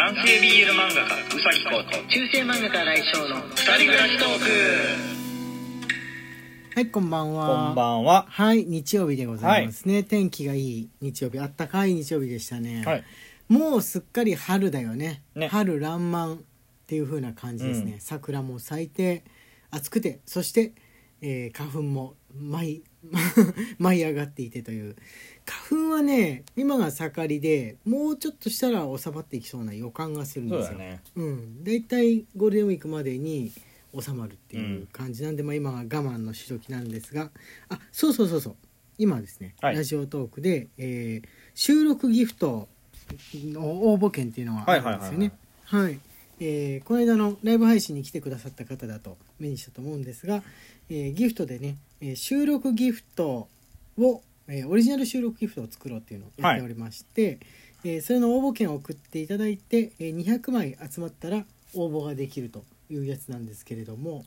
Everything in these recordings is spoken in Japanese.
男性 BL 漫画家うさぎこと中世漫画家来翔の二人暮らしトーク。 はい、こんばんは。 こんばんは。 はい、日曜日でございますね、天気がいい日曜日、あったかい日曜日でしたね、 はい、 もうすっかり春だよ ね。春爛漫っていう風な感じですね、桜も咲いて暑くて、そして、花粉も舞い上がっていてという。花粉はね、今が盛りでもうちょっとしたら収まっていきそうな予感がするんですよ。 そうだね。 だいたいゴールデンウィークまでに収まるっていう感じなんで、今は我慢のしどきなんですが、そう今ですね、ラジオトークで、収録ギフトの応募券っていうのがあるんですよね。この間のライブ配信に来てくださった方だと目にしたと思うんですが、ギフトでね、収録ギフトを、オリジナル収録ギフトを作ろうっていうのをやっておりまして、それの応募券を送っていただいて、200枚集まったら応募ができるというやつなんですけれども、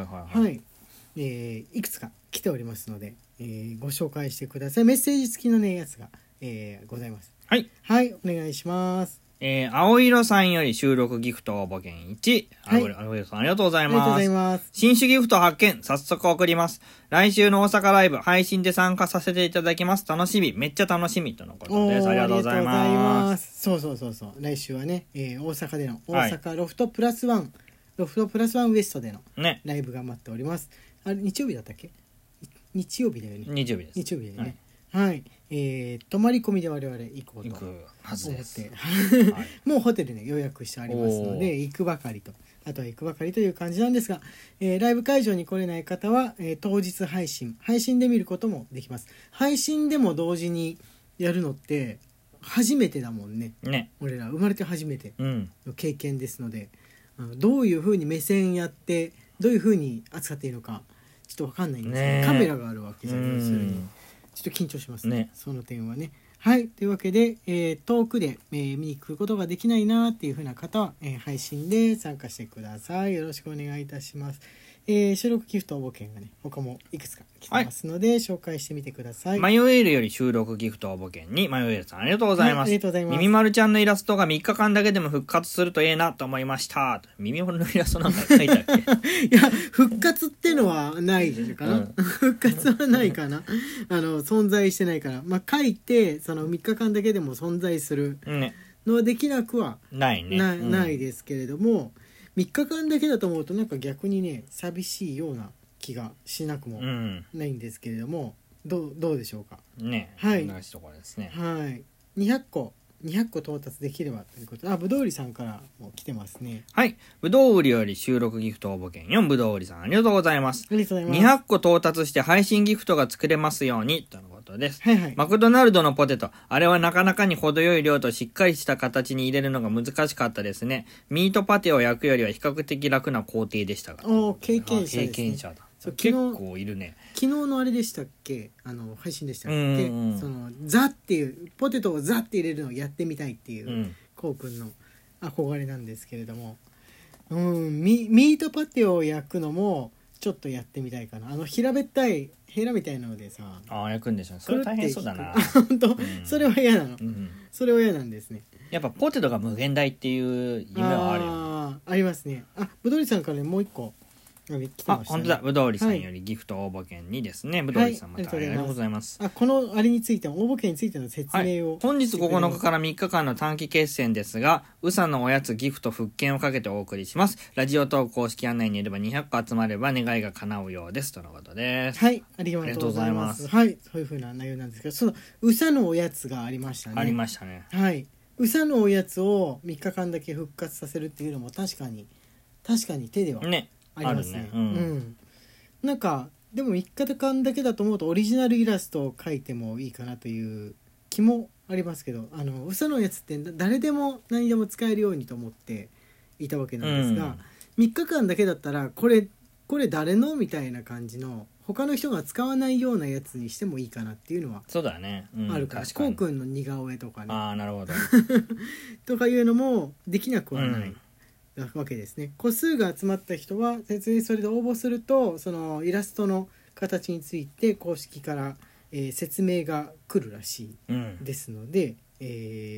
いくつか来ておりますので、ご紹介してください。メッセージ付きのねやつが、ございます。はい、お願いします。 青色さんより収録ギフト応募券1、青色さんありがとうございます。新種ギフト発見、早速送ります。来週の大阪ライブ配信で参加させていただきます。楽しみ、めっちゃ楽しみとのことです。ありがとうございます。 そう来週はね、大阪での大阪ロフトプラスワンウエストでのライブが待っております。あれ日曜日だったっけ？日曜日だよね。 日曜日です。 日曜日だよね。泊まり込みで我々行こうと思ってもうホテルね予約してありますので、行くばかりという感じなんですが、ライブ会場に来れない方は、当日配信で見ることもできます。配信でも同時にやるのって初めてだもんね。俺ら生まれて初めての経験ですので、どういう風に目線やってどういう風に扱っていいのかちょっと分かんないんですけど、カメラがあるわけじゃないですよね。ちょっと緊張しますね、その点はね。というわけで、遠くで、見に来ることができないなっていう風な方は、配信で参加してください。よろしくお願いいたします。収録ギフト応募券がね他もいくつか来てますので、紹介してみてください。 マヨエールより収録ギフト応募券にマヨエールさんありがとうございます。ミミマルちゃんのイラストが3日間だけでも復活するといいなと思いました。ミミマルのイラストなんか書いてあるっけ？ いや復活ってのはないかな、復活はないかな存在してないから、書いてその3日間だけでも存在するのはできなくはないですけれども、3日間だけだと思うとなんか逆にね寂しいような気がしなくもないんですけれども、どうでしょうかね。同じところですね。200個到達できればということで、ぶどう売りさんからも来てますね。 ぶどう売りより収録ギフト応募券4、ぶどう売りさんありがとうございます。200個到達して配信ギフトが作れますようにとのことです。マクドナルドのポテト、あれはなかなかに程よい量としっかりした形に入れるのが難しかったですね。ミートパテを焼くよりは比較的楽な工程でしたが。 経験者だ。 結構いるね。 昨日のあれでしたっけ、配信でしたっけ、そのザっていうポテトをザって入れるのをやってみたいっていう、こうくんの憧れなんですけれども、ミートパテを焼くのもちょっとやってみたいかな。平べったいヘラみたいなのでさ焼くんでしょ。それ大変そうだな。 本当、それは嫌なの、それは嫌なんですね。 やっぱポテトが無限大っていう夢はあるよね。 ありますね。ぶどりさんからねもう一個来てましたね。 本当だ、ぶどうりさんよりギフト応募券にですね、ぶどうりさんまたありがとうございます。 このあれについて応募券についての説明を、 本日9日から3日間の短期決戦ですが、うさのおやつギフト復権をかけてお送りします。ラジオトーク公式案内によれば200個集まれば願いが叶うようですとのことです。 ありがとうございます。そういう風な内容なんですけど、そのうさのおやつがありましたね。うさのおやつを3日間だけ復活させるっていうのも確かに手ではありますね。なんかでも3日間だけだと思うとオリジナルイラストを描いてもいいかなという気もありますけど、うさのやつって誰でも何でも使えるようにと思っていたわけなんですが、3日間だけだったらこれ誰のみたいな感じの他の人が使わないようなやつにしてもいいかなっていうのはあるから、こうくんの似顔絵とかねなるほどとかいうのもできなくはない、わけですね。個数が集まった人は別にそれで応募するとそのイラストの形について公式から、説明が来るらしいですので、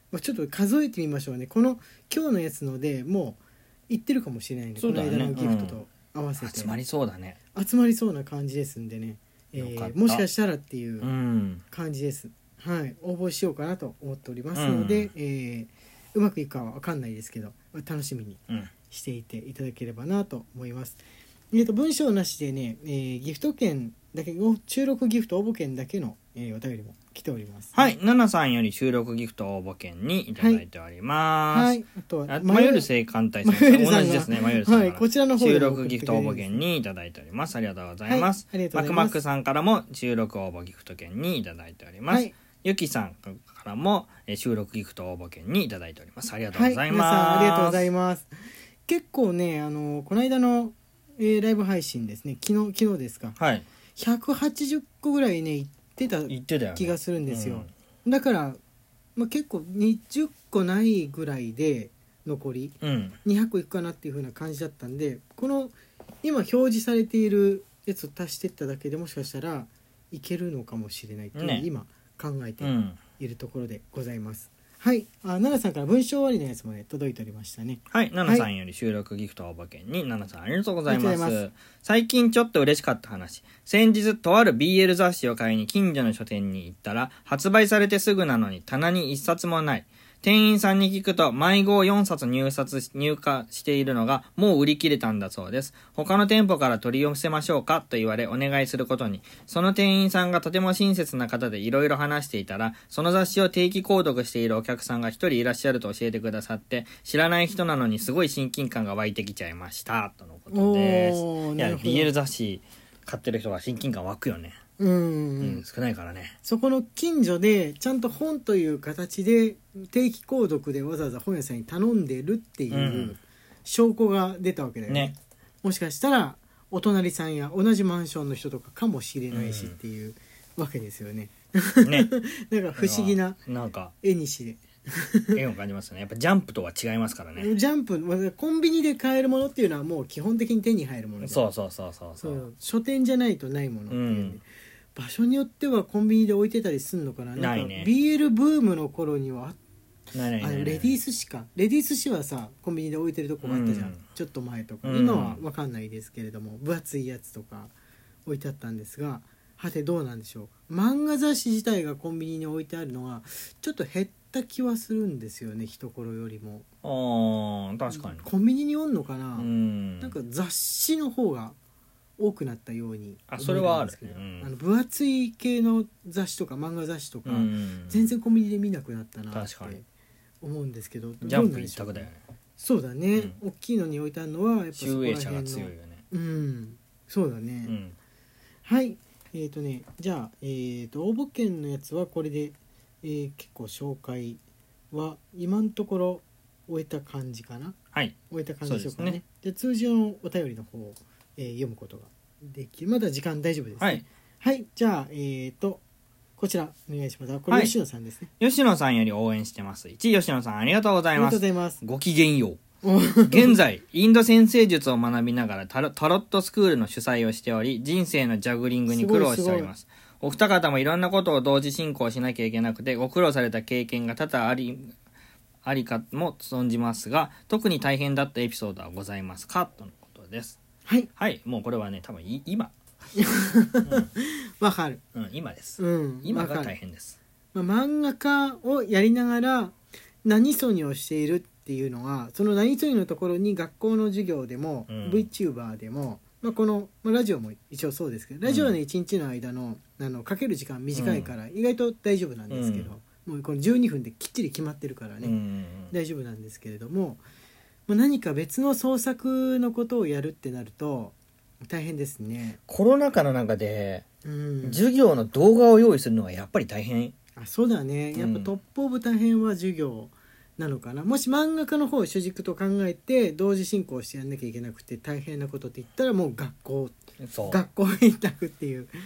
ちょっと数えてみましょうね。この今日のやつのでもう行ってるかもしれないんで、 そうだね、 この間のギフトと合わせて、 集まりそうだね。 集まりそうな感じですんでね、もしかしたらっていう感じです、はい、応募しようかなと思っておりますので、うまくいくかは分かんないですけど楽しみにしていていただければなと思います。文章なしでね、ギフト券だけ、収録ギフト応募券だけの、お便りも来ております。 はい、ナナさんより収録ギフト応募券にいただいております。はい、あとはマヨルセイ艦隊さん、同じですね。マヨルさん、はい、こちらの方収録ギフト応募券にいただいております。ありがとうございます。はい、マクマックさんからも収録応募ギフト券にいただいております。はい、ゆきさんからも収録ギフト応募券にいただいております。ありがとうございます。 はい、皆さんありがとうございます。結構ね、この間のライブ配信ですね、昨日ですか、はい、180個ぐらいね言ってた気がするんですよ、だから、結構20個ないぐらいで残り、200個いくかなっていう風な感じだったんで、この今表示されているやつを足していっただけでもしかしたらいけるのかもしれないっていうのを今考えているところでございます。はい、奈々さんから文章終わりのやつもね届いておりましたね。 はい、奈々さんより収録ギフト応募券に、奈々さんありがとうございます。最近ちょっと嬉しかった話。先日とある BL 雑誌を買いに近所の書店に行ったら、発売されてすぐなのに棚に1冊もない。店員さんに聞くと迷子を4冊入荷しているのがもう売り切れたんだそうです。他の店舗から取り寄せましょうかと言われお願いすることに、その店員さんがとても親切な方でいろいろ話していたら、その雑誌を定期購読しているお客さんが一人いらっしゃると教えてくださって、知らない人なのにすごい親近感が湧いてきちゃいましたとのことです。いや BL 雑誌買ってる人が親近感湧くよね。少ないからね。 そこの近所でちゃんと本という形で定期購読でわざわざ本屋さんに頼んでるっていう証拠が出たわけだよね。もしかしたらお隣さんや同じマンションの人とかかもしれないしっていうわけですよね。なんか不思議な絵にしで絵を感じますね。やっぱジャンプとは違いますからね。 ジャンプコンビニで買えるものっていうのはもう基本的に手に入るもので、 そう書店じゃないとないものっていうね、場所によってはコンビニで置いてたりするのかな。なんか BL ブームの頃にはレディース誌はさコンビニで置いてるとこがあったじゃん、ちょっと前とか、今は分かんないですけれども分厚いやつとか置いてあったんですが、はてどうなんでしょう。漫画雑誌自体がコンビニに置いてあるのはちょっと減った気はするんですよね、一頃よりも。 確かにコンビニにおんのかな。なんか雑誌の方が多くなったようにそれはある、 分厚い系の雑誌とか漫画雑誌とか、全然コンビニで見なくなったなって思うんですけど、 ジャンプ一択だよね。 そうだね、大きいのに置いてあるのはやっぱそこら辺の集英社が強いよね。 そうだね、はい。じゃあ、応募券のやつはこれで、結構紹介は今のところ終えた感じかな。 はい、 終えた感じでしょうかね。じゃあ通常のお便りの方を読むことができる。まだ時間大丈夫ですね。はい、じゃあこちらお願いします。これ吉野さんですね。 吉野さんより応援してます。1吉野さんありがとうございます。 ありがとうございます。 ごきげんよう。現在インド占星術を学びながらタロットスクールの主催をしており、人生のジャグリングに苦労しております。お二方もいろんなことを同時進行しなきゃいけなくてご苦労された経験が多々ありかも存じますが、特に大変だったエピソードはございますかとのことです。はい、もうこれはね多分今わかる、 今です、今が大変です。 漫画家をやりながら何ソニをしているっていうのは、その何ソニのところに学校の授業でも、VTuber でも、この、ラジオも一応そうですけど、ラジオの1日の間のかける時間短いから意外と大丈夫なんですけど、もうこの12分できっちり決まってるからね、大丈夫なんですけれども、何か別の創作のことをやるってなると大変ですね。 コロナ禍の中で、授業の動画を用意するのがやっぱり大変。 そうだね、やっぱトップオブ大変は授業なのかな。もし漫画家の方を主軸と考えて同時進行してやんなきゃいけなくて大変なことって言ったらもう学校一択っていう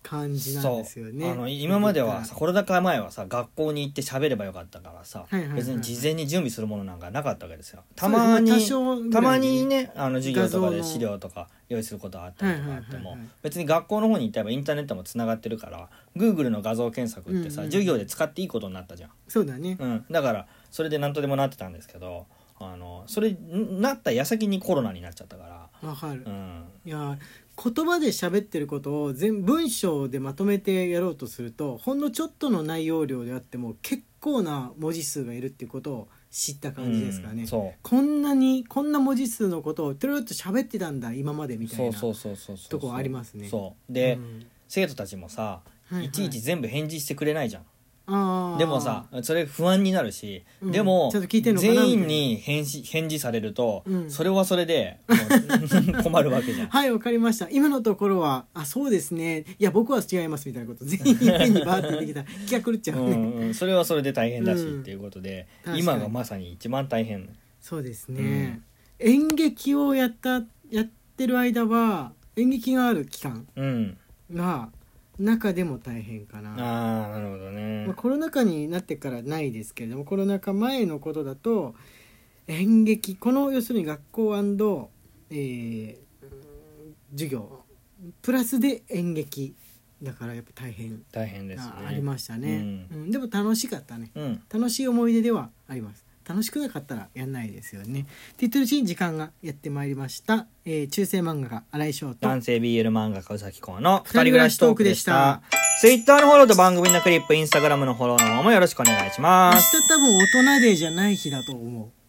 感じなんですよね。 今まではさコロナ禍前はさ学校に行って喋ればよかったからさ、別に事前に準備するものなんかなかったわけですよ。たまにね授業とかで資料とか用意することがあったりとかあっても、別に学校の方に行ったらインターネットもつながってるから Google の画像検索ってさ、授業で使っていいことになったじゃん。 そうだね、 だからそれで何とでもなってたんですけど、それなった矢先にコロナになっちゃったから。 わかる、いや言葉で喋ってることを文章でまとめてやろうとするとほんのちょっとの内容量であっても結構な文字数がいるっていうことを知った感じですからね、こんな文字数のことをとりあえず喋ってたんだ今までみたいなとこありますね。 で、生徒たちもさ、いちいち全部返事してくれないじゃん。でもさそれ不安になるし、でも全員に返事されると、それはそれで困るわけじゃん。 はい、わかりました、今のところはそうですね、いや僕は違いますみたいなこと全員いっぺんにバーってできたら気が狂っちゃうねそれはそれで大変だしっていうことで、今がまさに一番大変。 そうですね、演劇をやってる間は演劇がある期間が中でも大変かな。 なるほどね。 コロナ禍になってからないですけれども、コロナ禍前のことだと演劇、この要するに学校&、授業プラスで演劇だからやっぱ大変ですね。 ありましたね、でも楽しかったね、楽しい思い出ではあります。楽しくなかったらやんないですよねって言ってるうちに時間がやってまいりました。中世漫画家新井翔と男性 BL 漫画家宇崎公の2人暮らしトークでした。Twitter のフォローと番組のクリップ、Instagram のフォローの方もよろしくお願いします。 明日多分大人デーじゃない日だと思う。